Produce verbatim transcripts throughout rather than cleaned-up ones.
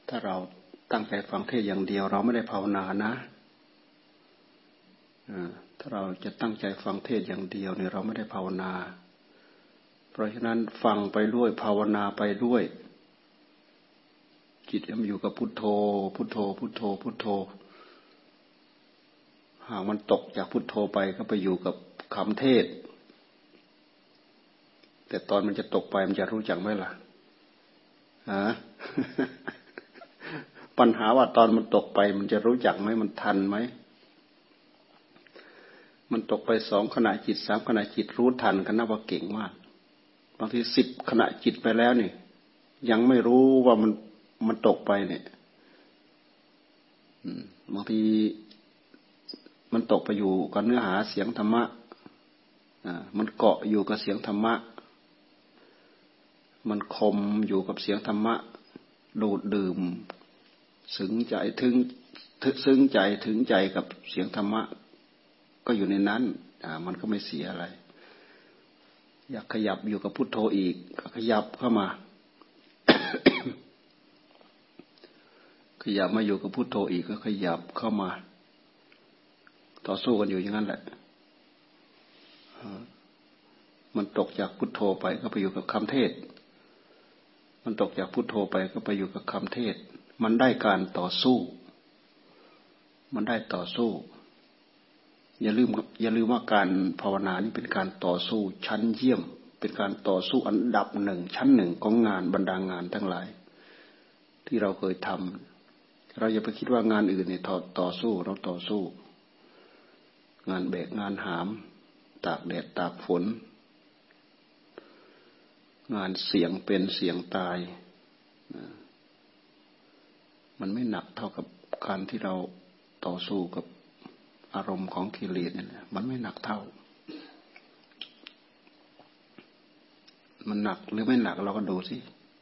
ถ้าเราตั้งใจฟังเทศอย่างเดียวเราไม่ได้ภาวนานะถ้าเราจะตั้งใจฟังเทศอย่างเดียวเนี่ยเราไม่ได้ภาวนาเพราะฉะนั้นฟังไปด้วยภาวนาไปด้วยจิตมันอยู่กับพุทโธพุทโธพุทโธพุทโธหากมันตกจากพุทโธไปก็ไปอยู่กับคำเทศแต่ตอนมันจะตกไปมันจะรู้จักไหมล่ะฮะ ปัญหาว่าตอนมันตกไปมันจะรู้จักไหมมันทันไหมมันตกไปสองขณะจิตสามขณะจิตรู้ทันกันนับว่าเก่งมากบางทีสิบขณะจิตไปแล้วนี่ยังไม่รู้ว่ามันมันตกไปเนี่ยบางทีมันตกไปอยู่กับเนื้อหาเสียงธรรมะมันเกาะอยู่กับเสียงธรรมะมันคมอยู่กับเสียงธรรมะดูดดื่มซึ้งใจถึงซึ้งใจถึงใจกับเสียงธรรมะก็อยู่ในนั้นมันก็ไม่เสียอะไรอยากขยับอยู่กับพุทโธอีกก็ขยับเข้ามา ขยับมาอยู่กับพุทโธอีกก็ขยับเข้ามาต่อสู้กันอยู่อย่างนั้นแหละมันตกจากพุทโธไปก็ไปอยู่กับคำเทศมันตกจากพุทโธไปก็ไปอยู่กับคำเทศมันได้การต่อสู้มันได้ต่อสู้อย่าลืมอย่าลืมว่าการภาวนานี่เป็นการต่อสู้ชั้นเยี่ยมเป็นการต่อสู้อันดับหนึ่งชั้นหนึ่งของงานบรรดางานทั้งหลายที่เราเคยทำเราอย่าไปคิดว่างานอื่นเนี่ยต่อสู้เราต่อสู้งานแบกงานหามตากแดดตากฝนงานเสี่ยงเป็นเสี่ยงตายมันไม่หนักเท่ากับการที่เราต่อสู้กับอารมณ์ของกิเลสเนี่ยมันไม่หนักเท่ามันหนักหรือไม่หนักเราก็ดูสิ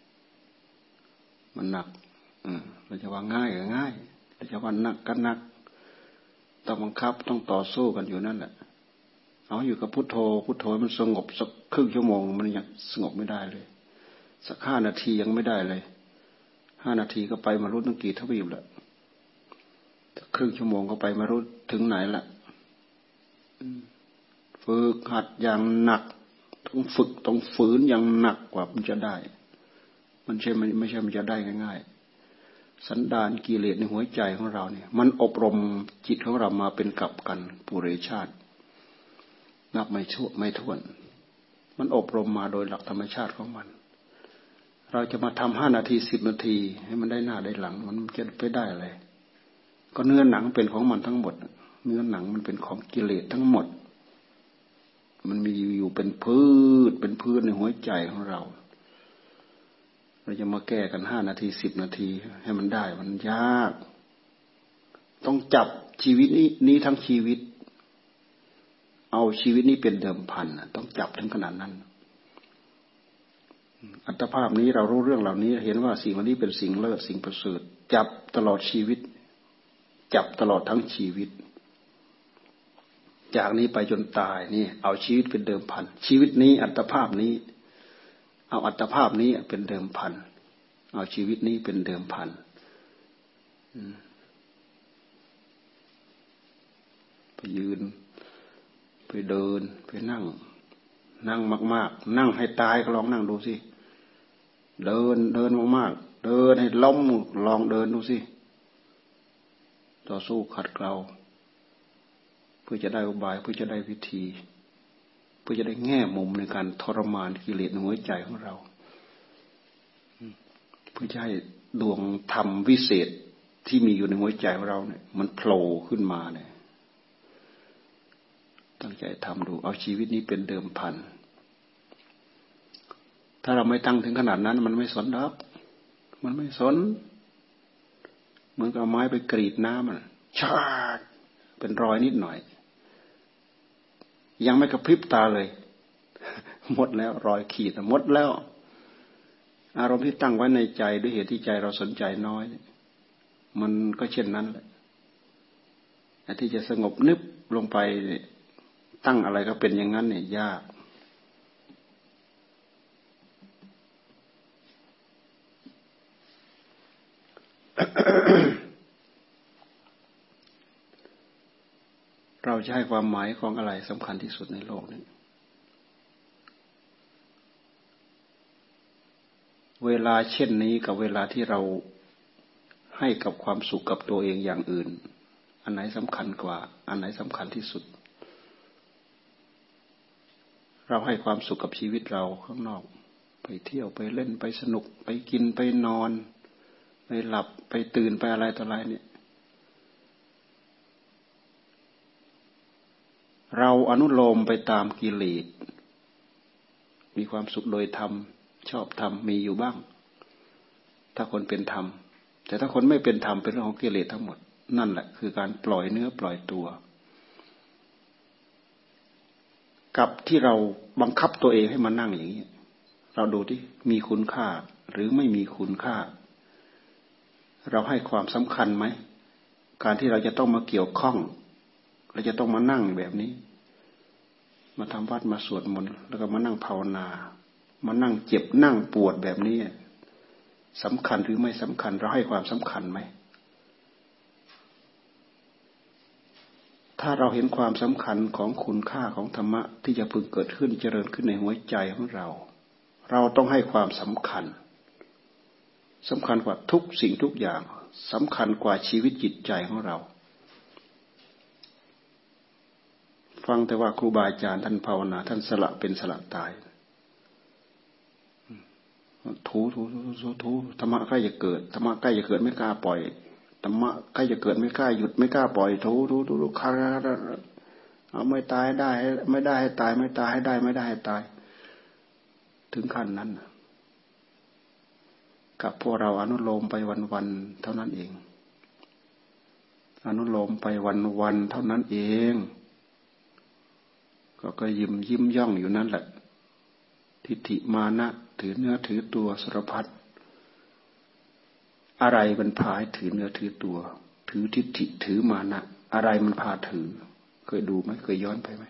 มันหนักเราจะว่าง่ายก็ง่ายเราจะว่าหนักก็หนักต้องบังคับต้องต่อสู้กันอยู่นั่นแหละเอาอยู่กับพุทโธพุทโธมันสงบสักครึ่งชั่วโมงมันยังสงบไม่ได้เลยสักห้านาทียังไม่ได้เลยห้านาทีก็ไปมารู้ตั้งกี่ทวีปแล้วครึ่งชั่วโมงก็ไปมารู้ถึงไหนละฝึกหัดอย่างหนักต้องฝึกต้องฝืนอย่างหนักกว่ามันจะได้มันใช่ไม่ไม่ใช่มันจะได้ง่ายๆสันดานกิเลสในหัวใจของเราเนี่ยมันอบรมจิตของเรามาเป็นกับกันปุเรชาตินับไม่ชั่วไม่ถ้วนมันอบรมมาโดยหลักธรรมชาติของมันเราจะมาทำห้านาทีสิบนาทีให้มันได้หน้าได้หลังมันจะไปได้อะไรก็เนื้อหนังเป็นของมันทั้งหมดเนื้อหนังมันเป็นของกิเลสทั้งหมดมันมีอยู่เป็นพืชเป็นพืชในหัวใจของเราเราจะมาแก้กันห้านาทีสิบนาทีให้มันได้มันยากต้องจับชีวิตนี้นี้ทั้งชีวิตเอาชีวิตนี้เป็นเดิมพันต้องจับถึงขนาดนั้นอัตภาพนี้เรารู้เรื่องเหล่านี้เห็นว่าสิ่งเหล่านี้เป็นสิ่งเลิศสิ่งประเสริฐจับตลอดชีวิตจับตลอดทั้งชีวิตจากนี้ไปจนตายนี่เอาชีวิตเป็นเดิมพันชีวิตนี้อัตภาพนี้เอาอัตภาพนี้เป็นเดิมพันเอาชีวิตนี้เป็นเดิมพันไปยืนไปเดินไปนั่งนั่งมากๆนั่งให้ตายก็ลองนั่งดูสิเดินเดินมากๆเดินให้ล้มลองเดินดูสิต่อสู้ขัดเกลาเพื่อจะได้อุบายเพื่อจะได้วิธีเพื่อจะได้แง่มุมในการทรมานกิเลสในหัวใจของเราเพื่อจะให้ดวงธรรมวิเศษที่มีอยู่ในหัวใจของเราเนี่ยมันโผล่ขึ้นมาเนี่ยตั้งใจทำดูเอาชีวิตนี้เป็นเดิมพันถ้าเราไม่ตั้งถึงขนาดนั้นมันไม่สนหรอกมันไม่สนเหมือนกับไม้ไปกรีดน้ำอ่ะชาดเป็นรอยนิดหน่อยยังไม่กระพริบตาเลยหมดแล้วรอยขีดหมดแล้วอารมณ์ที่ตั้งไว้ในใจด้วยเหตุที่ใจเราสนใจน้อยมันก็เช่นนั้นแหละที่จะสงบนึบลงไปตั้งอะไรก็เป็นอย่างนั้นเนี่ยยากเราจะให้ความหมายของอะไรสำคัญที่สุดในโลกนี้เวลาเช่นนี้กับเวลาที่เราให้กับความสุขกับตัวเองอย่างอื่นอันไหนสำคัญกว่าอันไหนสำคัญที่สุดเราให้ความสุขกับชีวิตเราข้างนอกไปเที่ยวไปเล่นไปสนุกไปกินไปนอนไปหลับไปตื่นไปอะไรต่ออะไรเนี่ยเราอนุโลมไปตามกิเลสมีความสุขโดยธรรมชอบธรรมมีอยู่บ้างถ้าคนเป็นธรรมแต่ถ้าคนไม่เป็นธรรมเป็นเรื่องของกิเลสทั้งหมดนั่นแหละคือการปล่อยเนื้อปล่อยตัวกับที่เราบังคับตัวเองให้มานั่งอย่างนี้เราดูที่มีคุณค่าหรือไม่มีคุณค่าเราให้ความสำคัญไหมการที่เราจะต้องมาเกี่ยวข้องเราจะต้องมานั่งแบบนี้มาทำวัดมาสวดมนต์แล้วก็มานั่งภาวนามานั่งเจ็บนั่งปวดแบบนี้สำคัญหรือไม่สำคัญเราให้ความสำคัญไหมถ้าเราเห็นความสำคัญของคุณค่าของธรรมะที่จะพึงเกิดขึ้นเจริญขึ้นในหัวใจของเราเราต้องให้ความสำคัญสำคัญกว่าทุกสิ่งทุกอย่างสำคัญกว่าชีวิตจิตใจของเราฟังแต่ว่าครูบาอาจารย์ท่านภาวนาท่านสละเป็นสละตายถูถูถูถูถูธรรมะใกล้จะเกิดธรรมะใกล้จะเกิดไม่กล้าปล่อยธรรมะใกล้จะเกิดไม่กล้าหยุดไม่กล้าปล่อยถูถูถูถูคาเอาไม่ตายได้ไม่ได้ให้ตายไม่ตายให้ได้ไม่ได้ให้ตายถึงขั้นนั้นกับพวกเราอนุโลมไปวันๆเท่านั้นเองอนุโลมไปวันๆเท่านั้นเองก็ก็ยิ้มยิ้มย่องอยู่นั่นแหละทิฏฐิมานะถือเนื้อถือตัวสารพัดอะไรมันพาให้ถือเนื้อถือตัวถือทิฏฐิถือมานะอะไรมันพาถือเคยดูไหมเคยย้อนไปไหม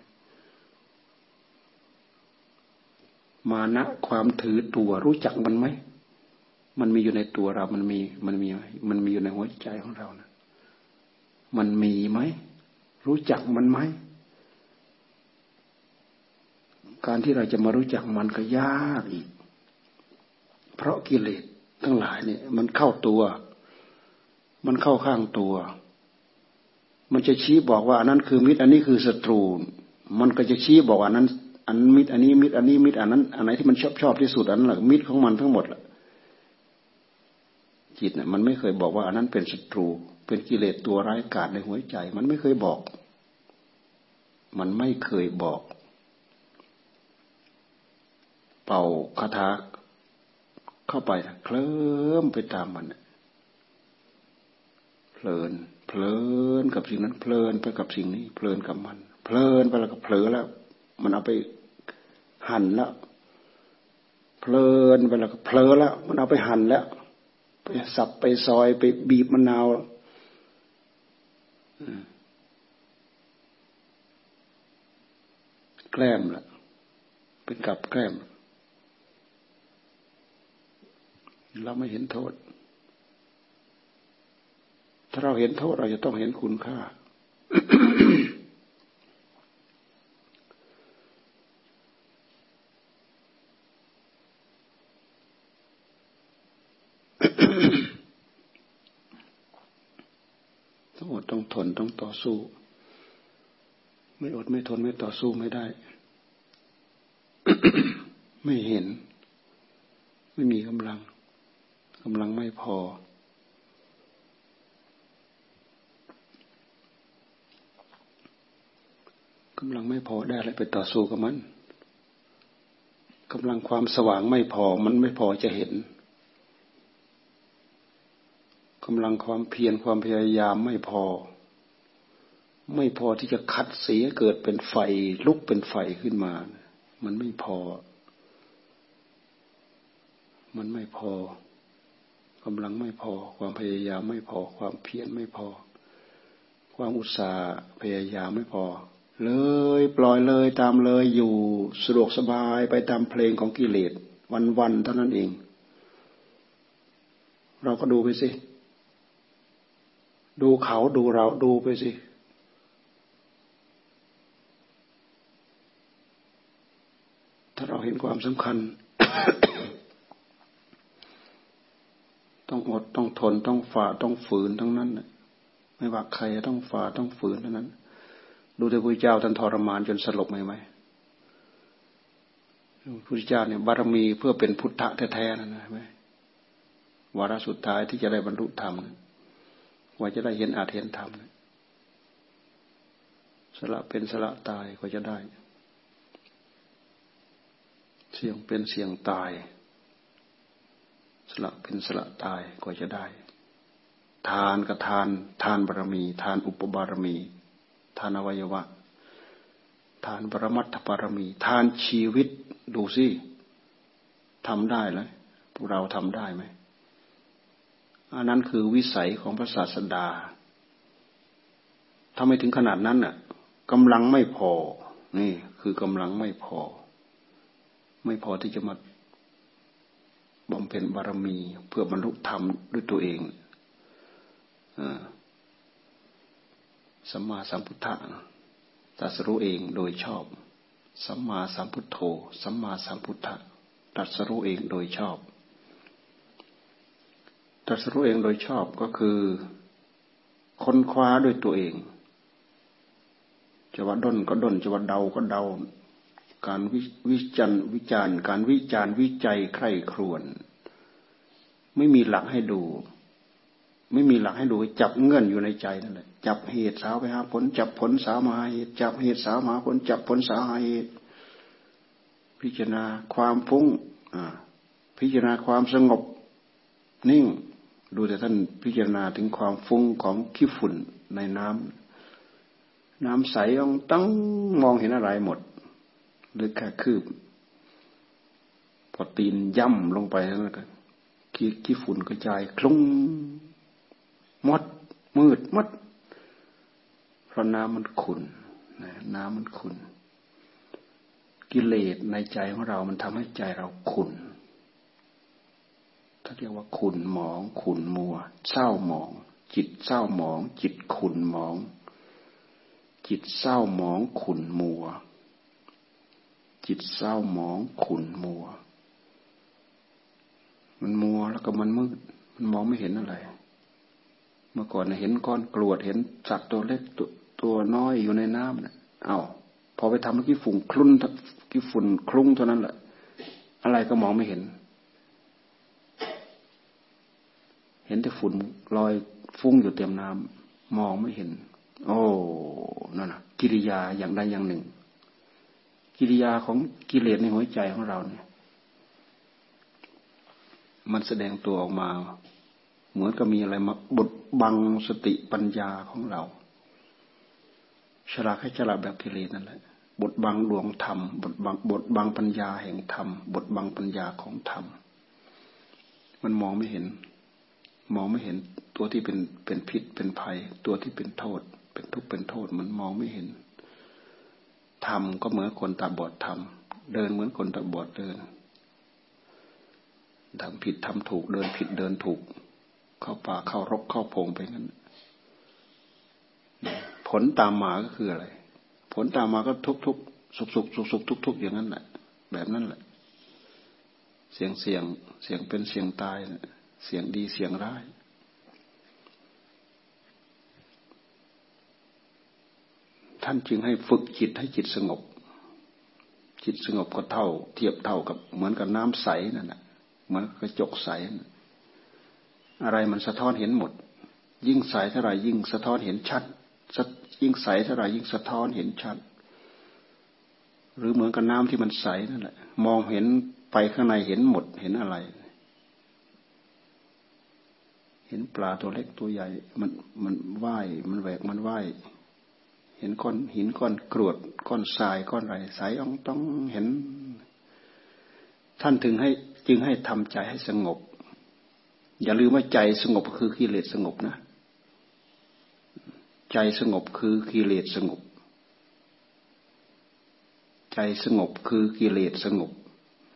มานะความถือตัวรู้จักมันไหมมันมีอยู่ในตัวเรามันมีมันมีมันมีอยู่ในหัวใจของเรานะมันมีไหมรู้จักมันไหมการที่เราจะมารู้จักมันก็ยากอีกเพราะกิเลสทั้งหลายเนี่ยมันเข้าตัวมันเข้าข้างตัวมันจะชี้บอกว่าอันนั้นคือมิตรอันนี้คือศัตรูมันก็จะชี้บอกว่านั้นอันมิตรอันนี้มิตรอันนี้มิตรอันนั้นอันไหนที่มันชอบชอบที่สุดอันนั้นแหละมิตรของมันทั้งหมดแหละจิตเนี่ยมันไม่เคยบอกว่าอันนั้นเป็นศัตรูเป็นกิเลสตัวร้ายกาจในหัวใจมันไม่เคยบอกมันไม่เคยบอกเป่าคาถาเข้าไปเคลิ้มไปตามมันเพลินเพลินกับสิ่งนั้นเพลินไปกับสิ่งนี้เพลินกับมันเพลินไปแล้วก็เผลอแล้วมันเอาไปหั่นแล้วเพลินไปแล้วก็เผลอแล้วมันเอาไปหั่นแล้วไปสับไปซอยไปบีบมะนาวแกล้มละเป็นกับแกล้มเราไม่เห็นโทษถ้าเราเห็นโทษเราจะต้องเห็นคุณค่า ต้องอดต้องทนต้องต่อสู้ไม่อดไม่ทนไม่ต่อสู้ไม่ได้ ไม่เห็นไม่มีกำลังกำลังไม่พอกำลังไม่พอได้อะไรไปต่อสู้กับมันกำลังความสว่างไม่พอมันไม่พอจะเห็นกำลังความเพียรความพยายามไม่พอไม่พอที่จะคัดเสียเกิดเป็นไฟลุกเป็นไฟขึ้นมามันไม่พอมันไม่พอกำลังไม่พอความพยายามไม่พอความเพียรไม่พอความอุตสาห์พยายามไม่พอเลยปล่อยเลยตามเลยอยู่สะดวกสบายไปตามเพลงของกิเลสวันๆเท่านั้นเองเราก็ดูไปสิดูเขาดูเราดูไปสิถ้าเราเห็นความสำคัญ ต้องอดต้องทนต้องฝ่าต้องฝืนทั้งนั้นไม่ว่าใครต้องฝ่าต้องฝืนทั้งนั้นดูแต่พระพุทธเจ้าท่านทรมานจนสลบไหมไหมพระพุทธเจ้าเนี่ยบารมีเพื่อเป็นพุทธะแท้ๆนั่นนะไหมวาระสุดท้ายที่จะได้บรรลุธรรมว่าจะได้เห็นอาจเห็นธรรมสละเป็นสละตายก็จะได้เสี่ยงเป็นเสี่ยงตายสละเป็นสละตายก็จะได้ทานกับทานทานบารมีทานอุปบารมีทานอวัยวะทานปรมัตถบารมีทานชีวิตดูสิทำได้ไหมพวกเราทำได้ไหมอันนั้นคือวิสัยของพระศาสดาถ้าไม่ถึงขนาดนั้นน่ะกำลังไม่พอนี่คือกำลังไม่พอไม่พอที่จะมาบำเพ็ญบารมีเพื่อบรรลุธรรมด้วยตัวเองสัมมาสัมพุทธะตรัสรู้เองโดยชอบสัมมาสัมพุทโธสัมมาสัมพุทธะตรัสรู้เองโดยชอบตรัสรู้เองโดยชอบก็คือค้นคว้าด้วยตัวเองจะว่าด้นก็ด้นจะว่าเดาก็เดาการวิจารณ์วิจารณ์การวิจารณ์วิจัยใคร่ครวญไม่มีหลักให้ดูไม่มีหลักให้ดูจับเงื่อนอยู่ในใจนั่นแหละจับเหตุสาวไปหาผลจับผลสาวมาหาเหตุจับเหตุสาวมาหาผลจับผลสาวหาเหตุพิจารณาความฟุ้งพิจารณาความสงบนิ่งดูแต่ท่านพิจารณาถึงความฟุ้งของขี้ฝุ่นในน้ำน้ำใสต้องตั้งมองเห็นอะไรหมดหรือแค่คืบพอตีนย่ำลงไปนั่นก็ขี้ขี้ฝุ่นกระจายคลุ้งมดมืดมดเพราะน้ำมันขุ่นน้ำมันขุ่นกิเลสในใจของเรามันทำให้ใจเราขุ่นถ้าเรียกว่าขุ่นหมองขุ่นมัวเศร้าหมองจิตเศร้าหมองจิตขุ่นหมองจิตเศร้าหมองขุ่นมัวจิตเศร้าหมองขุ่นมัวมันมัวแล้วก็มันมืดมันมองไม่เห็นอะไรเมื่อก่อนเห็นก้อนกรวดเห็นสัตว์ตัวเล็กตัวตัวน้อยอยู่ในน้ำเนี่ยเอ้าพอไปทำเมื่อกี้ฝุ่นคลุ้นกี้ฝุ่นคลุ้งเท่านั้นแหละอะไรก็มองไม่เห็นเห็นแต่ฝุ่นลอยฟุ้งอยู่เต็มน้ำมองไม่เห็นโอ้นั่นน่ะกิริยาอย่างใดอย่างหนึ่งกิริยาของกิเลสในหัวใจของเราเนี่ยมันแสดงตัวออกมาเหมือนกับมีอะไรมาบดบังสติปัญญาของเราฉลาดให้ฉลาดแบบกิเลสนั่นแหละบดบังดวงธรรมบดบังบดบังปัญญาแห่งธรรมบดบังปัญญาของธรรมมันมองไม่เห็นมองไม่เห็นตัวที่เป็นเป็นพิษเป็นภัยตัวที่เป็นโทษเป็นทุกข์เป็นโทษมันมองไม่เห็นธรรมก็เหมือนคนตาบอดธรรมเดินเหมือนคนตาบอดเดินทำผิดทำถูกเดินผิดเดินถูกเข้าป่าเข้ารกเข้าพงไปงั้นผลตามมาก็คืออะไรผลตามมาก็ทุกทุกสุกสุกสุกสุกทุกทุกอย่างนั้นแหละแบบนั้นแหละเสียงเสียงเสียงเป็นเสียงตายเสียงดีเสียงร้ายท่านจึงให้ฝึกจิตให้จิตสงบจิตสงบก็เท่าเทียบเท่ากับเหมือนกับน้ำใสนั่นแหละเหมือนกระจกใสอะไรมันสะท้อนเห็นหมดยิ่งใสเท่าไหร่ยิ่งสะท้อนเห็นชัดยิ่งใสเท่าไหร่ยิ่งสะท้อนเห็นชัดหรือเหมือนกับน้ำที่มันใสนั่นแหละมองเห็นไปข้างในเห็นหมดเห็นอะไรเห็นปลาตัวเล็กตัวใหญ่มันมันว่ายมันแหวกมันว่ายเห็นก้อนหินก้อนกรวดก้อนทรายก้อนอะไรใสอ่องต้องเห็นท่านถึงให้จึงให้ทำใจให้สงบอย่าลืมว่าใจสงบคือกิเลสสงบนะใจสงบคือกิเลสสงบใจสงบคือกิเลสสงบ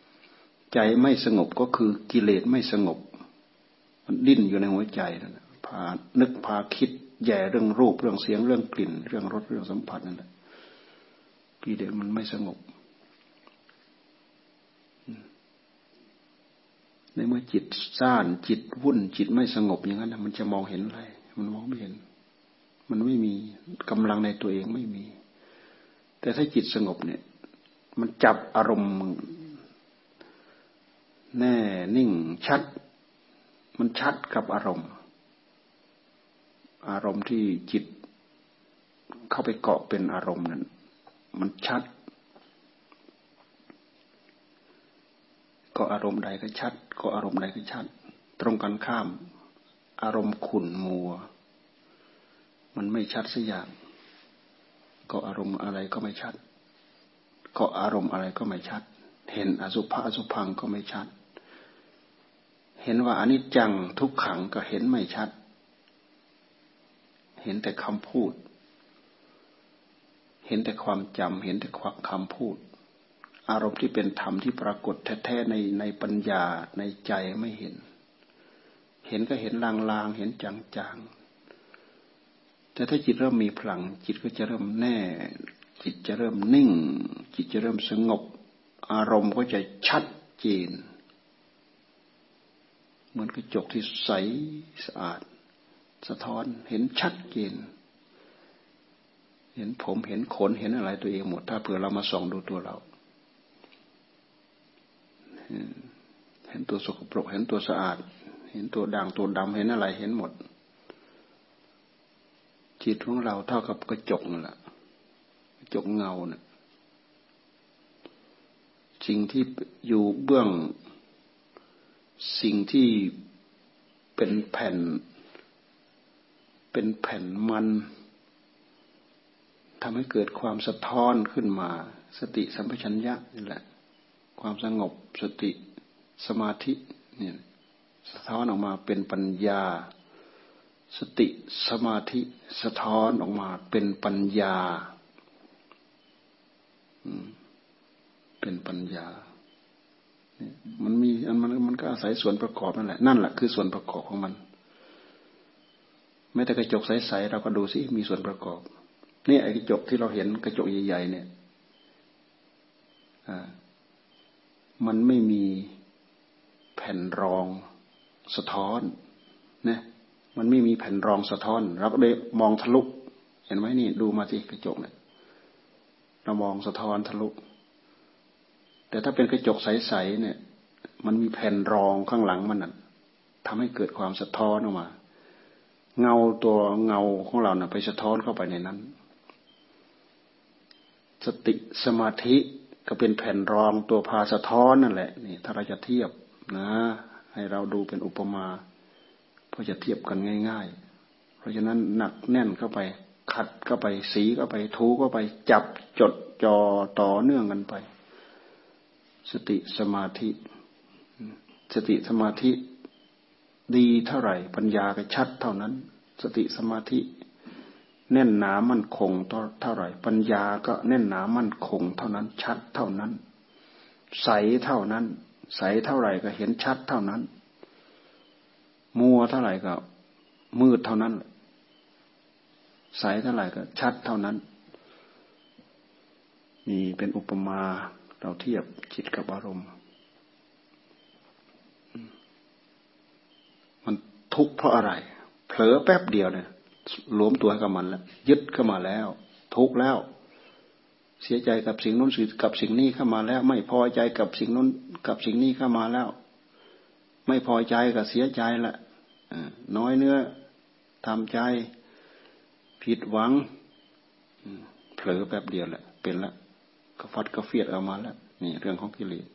ใจไม่สงบก็คือกิเลสไม่สงบมันดิ้นอยู่ในหัวใจนั่นภานึกพาคิดแย่เรื่องรูปเรื่องเสียงเรื่องกลิ่นเรื่องรสเรื่องสัมผัสนั่นแหละพี่เด็กมันไม่สงบในเมื่อจิตซ่านจิตวุ่นจิตไม่สงบอย่างนั้นมันจะมองเห็นอะไรมันมองไม่เห็นมันไม่มีกำลังในตัวเองไม่มีแต่ถ้าจิตสงบเนี่ยมันจับอารมณ์แน่นิ่งชัดมันชัดกับอารมณ์อารมณ์ที่จิตเข้าไปเกาะเป็นอารมณ์นั้นมันชัดก็อารมณ์ใดก็ชัดก็อารมณ์ใดก็ชัดตรงกันข้ามอารมณ์ขุ่นมัวมันไม่ชัดสักอย่างก็อารมณ์อะไรก็ไม่ชัดก็อารมณ์อะไรก็ไม่ชัดเห็นอสุภะอสุภังก็ไม่ชัดเห็นว่าอนิจจังทุกขังก็เห็นไม่ชัดเห็นแต่คำพูดเห็นแต่ความจำเห็นแต่คำพูดอารมณ์ที่เป็นธรรมที่ปรากฏแท้ๆในในปัญญาในใจไม่เห็นเห็นก็เห็นลางๆเห็นจางๆแต่ถ้าจิตเริ่มมีพลังจิตก็จะเริ่มแน่จิตจะเริ่มนิ่งจิตจะเริ่มสงบอารมณ์ก็จะชัดเจนเหมือนกระจกที่ใสสะอาดสะท้อนเห็นชัดเจนเห็นผมเห็นขนเห็นอะไรตัวเองหมดถ้าเผื่อเรามาส่องดูตัวเราเห็นตัวสกปรกเห็นตัวสะอาดเห็นตัวด่างตัวดำเห็นอะไรเห็นหมดจิตของเราเท่ากับกระจกนั่นแหละกระจกเงาน่ะสิ่งที่อยู่เบื้องสิ่งที่เป็นแผ่นเป็นแผ่นมันทำให้เกิดความสะท้อนขึ้นมาสติสัมปชัญญะนี่แหละความสงบสติสมาธิเนี่ยสะท้อนออกมาเป็นปัญญาสติสมาธิสะท้อนออกมาเป็นปัญญาเป็นปัญญามันมีมันมันก็อาศัยส่วนประกอบนั่นแหละนั่นแหละคือส่วนประกอบของมันแม้แต่กระจกใสๆเราก็ดูสิมีส่วนประกอบนี่ไอ้กระจกที่เราเห็นกระจกใหญ่ๆเนี่ยอ่ามันไม่มีแผ่นรองสะท้อนนะมันไม่มีแผ่นรองสะท้อนเราก็เลยมองทะลุเห็นไหมนี่ดูมาสิกระจกเนี่ยเรามองสะท้อนทะลุแต่ถ้าเป็นกระจกใสๆเนี่ยมันมีแผ่นรองข้างหลังมันน่ะทำให้เกิดความสะท้อนออกมาเงาตัวเงาของเราน่ะไปสะท้อนเข้าไปในนั้นสติสมาธิก็เป็นแผ่นรองตัวพาสะท้อนนั่นแหละนี่ถ้าเราจะเทียบนะให้เราดูเป็นอุปมาเพื่อจะเทียบกันง่ายๆเพราะฉะนั้นหนักแน่นเข้าไปขัดเข้าไปสีเข้าไปถูเข้าไปจับจดจ่อต่อเนื่องกันไปสติสมาธิสติสมาธิดีเท่าไหร่ปัญญาก็ชัดเท่านั้นสติสมาธิแน่นหนามั่นคงเท่าไหร่ปัญญาก็แน่นหนามั่นคงเท่านั้นชัดเท่านั้นใสเท่านั้นใสเท่าไหร่ก็เห็นชัดเท่านั้นมัวเท่าไหร่ก็มืดเท่านั้นใสเท่าไหร่ก็ชัดเท่านั้นนี่เป็นอุปมาเราเทียบจิตกับอารมณ์มันทุกข์เพราะอะไรเผลอแป๊บเดียวเนี่ยหลวมตัวกับมันแล้วยึดเข้ามาแล้วทุกข์แล้วเสียใจกับสิ่งนู้นกับสิ่งนี้เข้ามาแล้วไม่พอใจกับสิ่งนู้นกับสิ่งนี้เข้ามาแล้วไม่พอใจกับเสียใจละน้อยเนื้อทำใจผิดหวังเผลอแป๊บเดียวแหละเป็นแล้วก็ฟัดก็เฟียดออกมาแล้วนี่เรื่องของกิเลส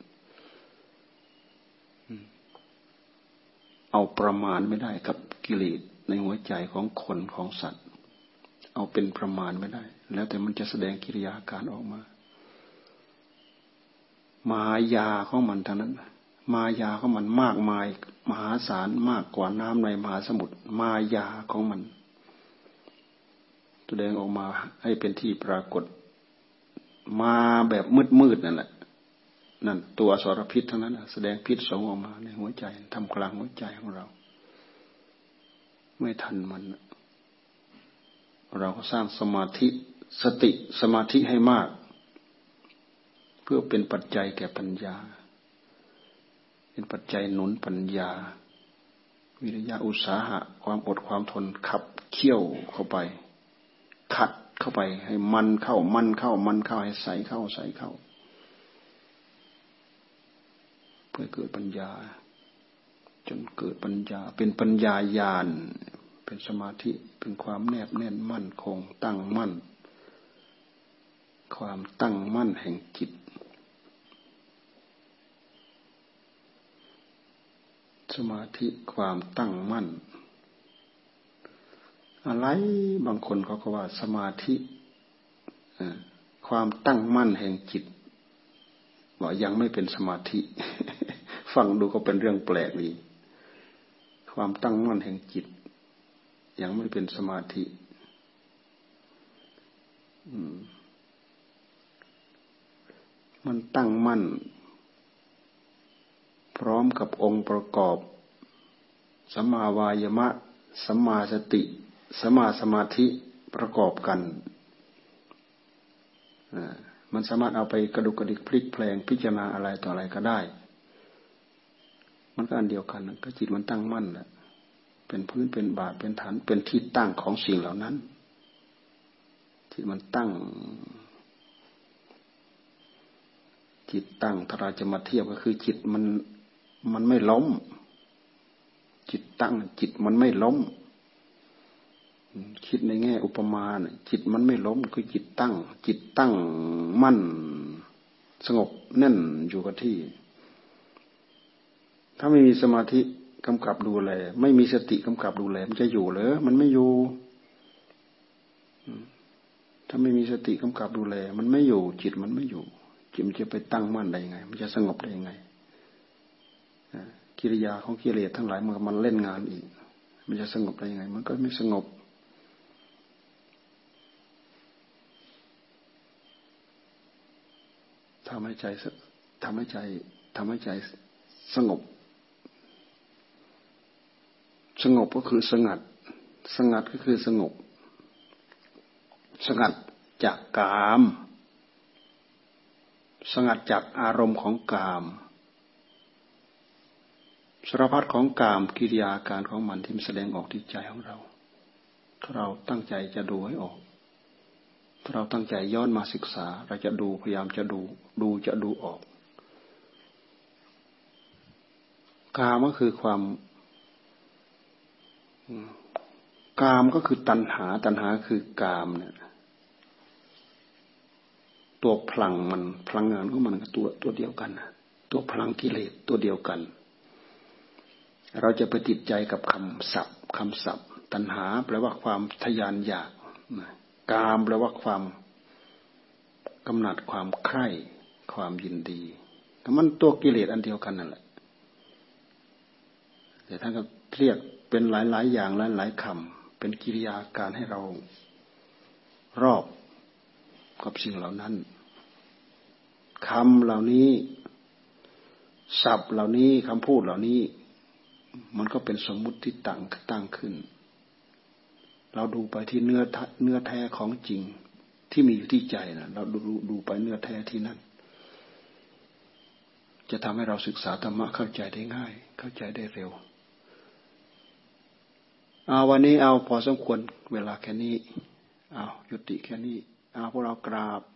เอาประมาณไม่ได้กับกิเลสในหัวใจของคนของสัตว์เอาเป็นประมาณไม่ได้แล้วแต่มันจะแสดงกิริยาการออกมามายาของมันเท่านั้นมายาของมันมากมายมหาศาลมากกว่าน้ำในมหาสมุทรมายาของมันแสดงออกมาให้เป็นที่ปรากฏมาแบบมืดๆนั่นแหละนั่นตัวอสรพิษทั้งนั้นแสดงพิษสงออกมาในหัวใจทำกลางหัวใจของเราไม่ทันมันเราก็สร้างสมาธิสติสมาธิให้มากเพื่อเป็นปัจจัยแก่ปัญญาเป็นปัจจัยหนุนปัญญาวิริยะอุตสาหะความอดความทนขับเคี่ยวเข้าไปขัดเข้าไปให้มันเข้ามันเข้ามันเข้าให้ใสเข้าใสเข้าเพื่อเกิดปัญญาจนเกิดปัญญาเป็นปัญญาญาณเป็นสมาธิเป็นความแนบแน่นมั่นคงตั้งมั่นความตั้งมั่นแห่งจิตสมาธิความตั้งมั่นอะไรบางคนเขาก็ว่าสมาธิความตั้งมั่นแห่งจิตว่ายังไม่เป็นสมาธิ ฟังดูก็เป็นเรื่องแปลกดีความตั้งมั่นแห่งจิตยังไม่เป็นสมาธิมันตั้งมั่นพร้อมกับองค์ประกอบสัมมาวายามะสัมมาสติสัมมาสมาธิประกอบกันมันสามารถเอาไปกระดุกกระดิกพลิกแปลงพิจารณาอะไรต่ออะไรก็ได้มันก็อันเดียวกันก็จิตมันตั้งมั่นแหละเป็นพื้นเป็นบาทเป็นฐานเป็นที่ตั้งของสิ่งเหล่านั้นจิตมันตั้งจิตตั้งถ้าเราจะมาเทียบก็คือจิตมันมันไม่ล้มจิตตั้งจิตมันไม่ล้มคิดในแง่อุปมาจิตมันไม่ล้มคือจิตตั้งจิตตั้งมั่นสงบแน่นอยู่กับที่ถ้าไม่มีสมาธิกำกับดูแลไม่มีสติกำกับดูแลมันจะอยู่เหรอมันไม่อยู่ถ้าไม่มีสติกำกับดูแลมันไม่อยู่จิตมันไม่อยู่จิตมันจะไปตั้งมั่นได้ยังไงมันจะสงบได้ยังไงกิริยาของกิเลสทั้งหลายมันมันเล่นงานอีกมันจะสงบได้ยังไงมันก็ไม่สงบทำให้ใจทำให้ใจทำให้ใจสงบสงบก็คือสงัดสงัดก็คือสงบสงัดจากกามสงัดจากอารมณ์ของกามสารพัดของกามกิริยาการของมันที่มันแสดงออกที่ใจของเราถ้าเราตั้งใจจะดูให้ออกถ้าเราตั้งใจย้อนมาศึกษาเราจะดูพยายามจะดูดูจะดูออกกามก็คือความกามก็คือตัณหาตัณหาคือกามเนี่ยตัวพลังมันพลังงานของมันก็ตัวตัวเดียวกันนะตัวพลังกิเลสตัวเดียวกันเราจะไปติดใจกับคำศัพท์คำศัพท์ตัณหาแปลว่าความทยานอยากกามแปลว่าความกำหนัดความใคร่ความยินดีแต่มันตัวกิเลสอันเดียวกันนั่นแหละแต่ท่านก็เรียกเป็นหลายๆอย่างหลายๆคำเป็นกิริยาการให้เรารอบกับสิ่งเหล่านั้นคำเหล่านี้ศัพท์เหล่านี้คำพูดเหล่านี้มันก็เป็นสมมุติที่ตั้งตั้งขึ้นเราดูไปที่เนื้อเนื้อแท้ของจริงที่มีอยู่ที่ใจนะเราดูดูไปเนื้อแท้ที่นั่นจะทำให้เราศึกษาธรรมะเข้าใจได้ง่ายเข้าใจได้เร็วเอาวันนี้เอาพอสมควรเวลาแค่นี้เอายุติแค่นี้เอาพวกเรากราบ